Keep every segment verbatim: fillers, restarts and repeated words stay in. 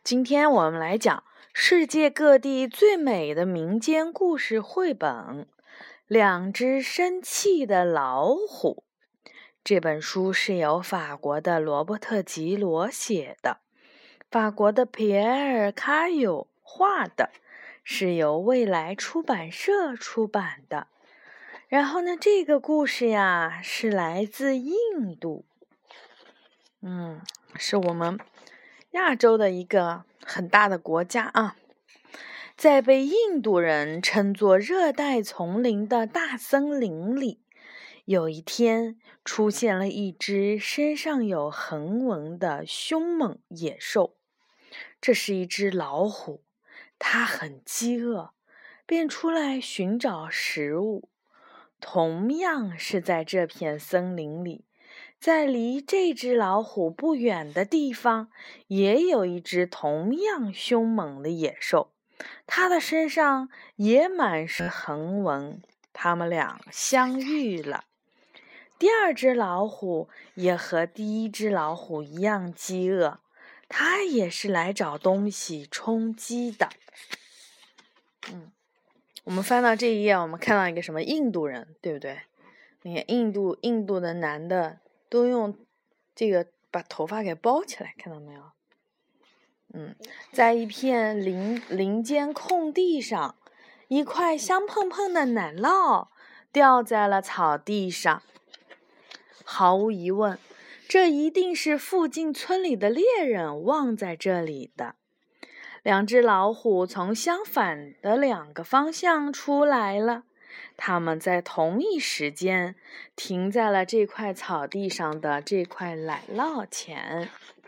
今天我们来讲世界各地最美的民间故事绘本《两只生气的老虎》。这本书是由法国的罗伯特·吉罗写的，法国的皮埃尔·卡友画的，是由未来出版社出版的。然后呢，这个故事呀是来自印度，嗯，是我们亚洲的一个很大的国家啊。在被印度人称作热带丛林的大森林里，有一天出现了一只身上有横纹的凶猛野兽。这是一只老虎，它很饥饿，便出来寻找食物。同样是在这片森林里，在离这只老虎不远的地方，也有一只同样凶猛的野兽，它的身上也满是横纹。它们俩相遇了。第二只老虎也和第一只老虎一样饥饿，它也是来找东西充饥的。嗯。我们翻到这一页，我们看到一个什么印度人，对不对？你看印度印度的男的都用这个把头发给包起来，看到没有？嗯，在一片林林间空地上，一块香喷喷的奶酪掉在了草地上。毫无疑问，这一定是附近村里的猎人忘在这里的。两只老虎从相反的两个方向出来了，它们在同一时间停在了这块草地上的这块奶酪前。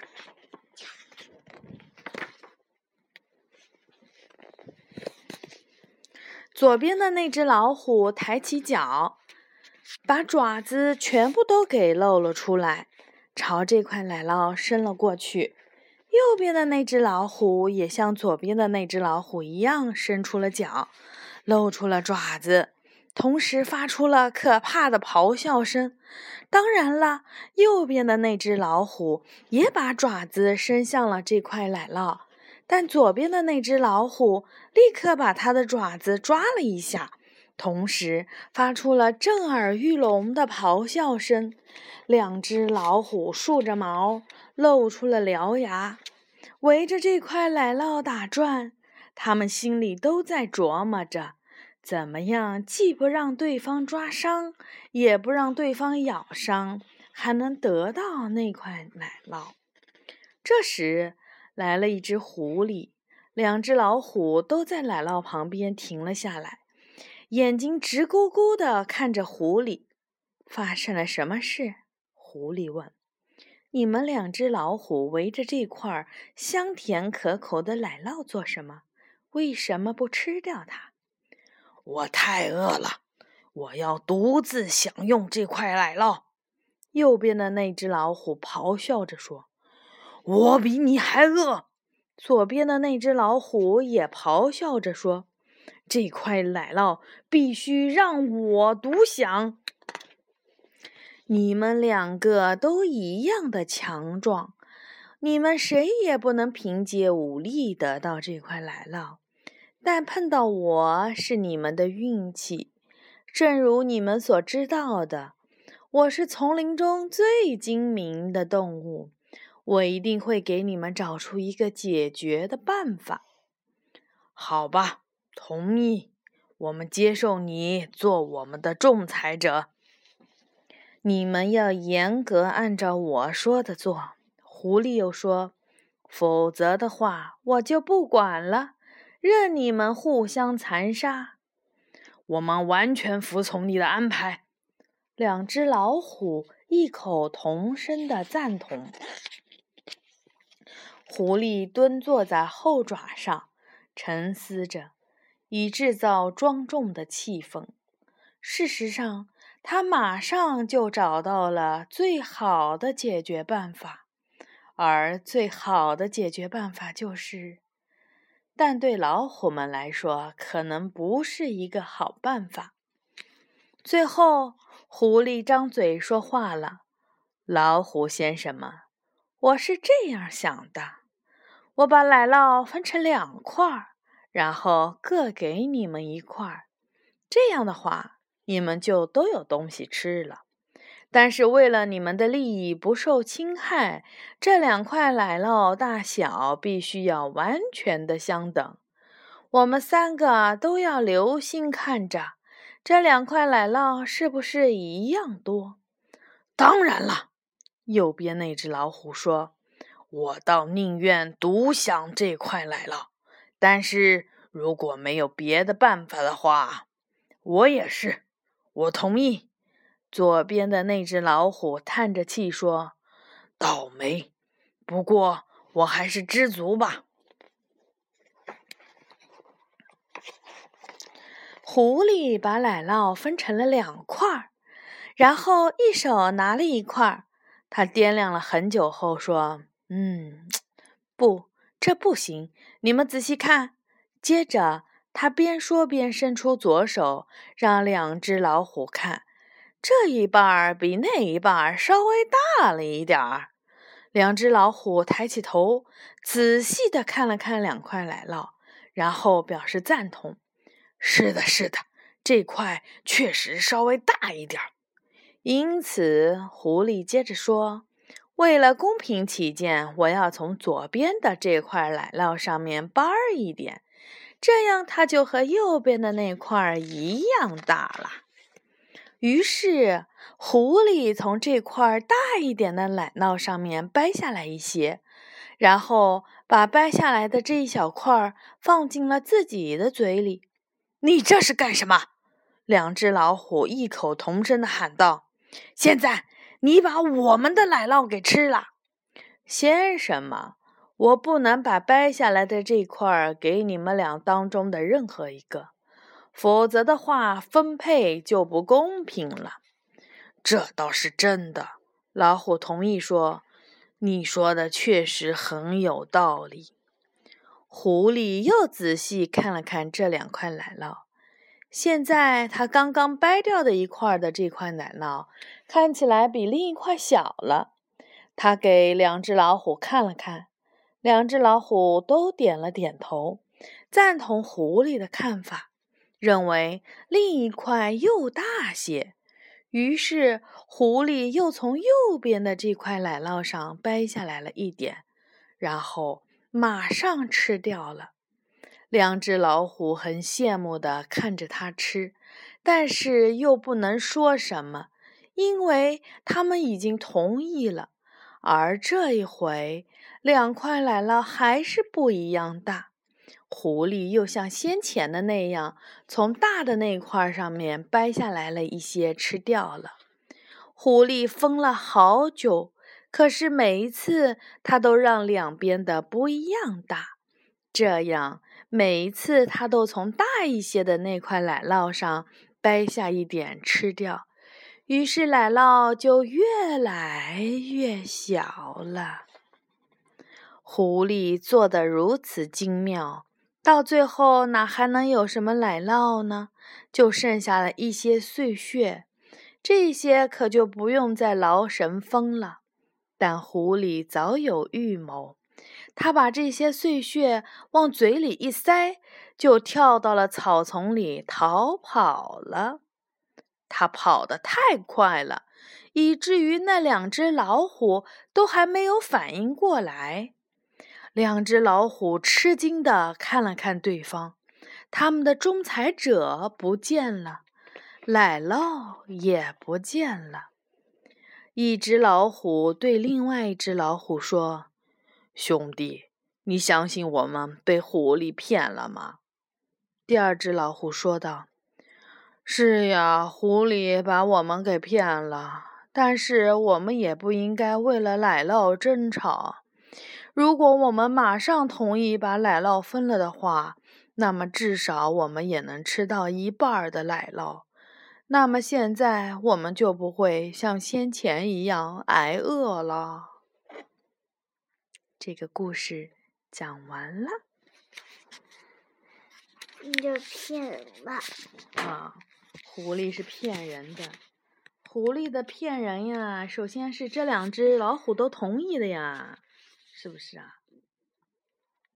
左边的那只老虎抬起脚，把爪子全部都给露了出来，朝这块奶酪伸了过去。右边的那只老虎也像左边的那只老虎一样伸出了脚，露出了爪子，同时发出了可怕的咆哮声。当然了，右边的那只老虎也把爪子伸向了这块奶酪，但左边的那只老虎立刻把它的爪子抓了一下，同时发出了震耳欲聋的咆哮声。两只老虎竖着毛，露出了獠牙，围着这块奶酪打转。他们心里都在琢磨着，怎么样既不让对方抓伤，也不让对方咬伤，还能得到那块奶酪。这时来了一只狐狸，两只老虎都在奶酪旁边停了下来，眼睛直勾勾地看着狐狸。发生了什么事？狐狸问。你们两只老虎围着这块香甜可口的奶酪做什么？为什么不吃掉它？ 我太饿了，我要独自享用这块奶酪。 右边的那只老虎咆哮着说。 我比你还饿。 左边的那只老虎也咆哮着说。这块奶酪必须让我独享。你们两个都一样的强壮，你们谁也不能凭借武力得到这块奶酪，但碰到我是你们的运气。正如你们所知道的，我是丛林中最精明的动物，我一定会给你们找出一个解决的办法。 好吧，同意，我们接受你做我们的仲裁者。 你们要严格按照我说的做。狐狸又说，否则的话我就不管了，任你们互相残杀。 我们完全服从你的安排。 两只老虎异口同声的赞同。狐狸蹲坐在后爪上，沉思着，以制造庄重的气氛。事实上，他马上就找到了最好的解决办法，而最好的解决办法就是，但对老虎们来说，可能不是一个好办法。最后，狐狸张嘴说话了：老虎先生们，我是这样想的， 我把奶酪分成两块儿，然后各给你们一块儿。这样的话，你们就都有东西吃了。但是为了你们的利益不受侵害，这两块奶酪大小必须要完全的相等。我们三个都要留心看着，这两块奶酪是不是一样多？ 当然了， 右边那只老虎说， 我倒宁愿独享这块奶酪，但是如果没有别的办法的话，我也是，我同意。 左边的那只老虎叹着气说， 倒霉，不过我还是知足吧。 狐狸把奶酪分成了两块，然后一手拿了一块，他掂量了很久后说，嗯，不，这不行，你们仔细看。接着他边说边伸出左手，让两只老虎看，这一半儿比那一半儿稍微大了一点儿。两只老虎抬起头，仔细地看了看两块奶酪，然后表示赞同。 是的，是的，这块确实稍微大一点儿。 因此，狐狸接着说，为了公平起见，我要从左边的这块奶酪上面掰一点，这样它就和右边的那块一样大了。于是，狐狸从这块大一点的奶酪上面掰下来一些，然后把掰下来的这一小块放进了自己的嘴里。 你这是干什么？ 两只老虎异口同声地喊道， 现在你把我们的奶酪给吃了。 先生嘛，我不能把掰下来的这块给你们俩当中的任何一个，否则的话分配就不公平了。 这倒是真的， 老虎同意说， 你说的确实很有道理。 狐狸又仔细看了看这两块奶酪，现在他刚刚掰掉的一块的这块奶酪看起来比另一块小了。他给两只老虎看了看，两只老虎都点了点头，赞同狐狸的看法，认为另一块又大些。于是狐狸又从右边的这块奶酪上掰下来了一点，然后马上吃掉了。两只老虎很羡慕地看着它吃，但是又不能说什么，因为他们已经同意了。而这一回，两块奶酪还是不一样大。狐狸又像先前的那样，从大的那块上面掰下来了一些，吃掉了。狐狸分了好久，可是每一次它都让两边的不一样大，这样每一次它都从大一些的那块奶酪上掰下一点吃掉，于是奶酪就越来越小了。狐狸做得如此精妙，到最后哪还能有什么奶酪呢？就剩下了一些碎屑，这些可就不用再劳神分了。但狐狸早有预谋，他把这些碎屑往嘴里一塞，就跳到了草丛里逃跑了。他跑得太快了，以至于那两只老虎都还没有反应过来。两只老虎吃惊地看了看对方，他们的仲裁者不见了，奶酪也不见了。一只老虎对另外一只老虎说，兄弟，你相信我们被狐狸骗了吗？第二只老虎说道，是呀，狐狸把我们给骗了，但是我们也不应该为了奶酪争吵。如果我们马上同意把奶酪分了的话，那么至少我们也能吃到一半的奶酪。那么现在我们就不会像先前一样挨饿了。这个故事讲完了。 你就骗人吧。 啊，狐狸是骗人的。狐狸的骗人呀，首先是这两只老虎都同意的呀，是不是啊？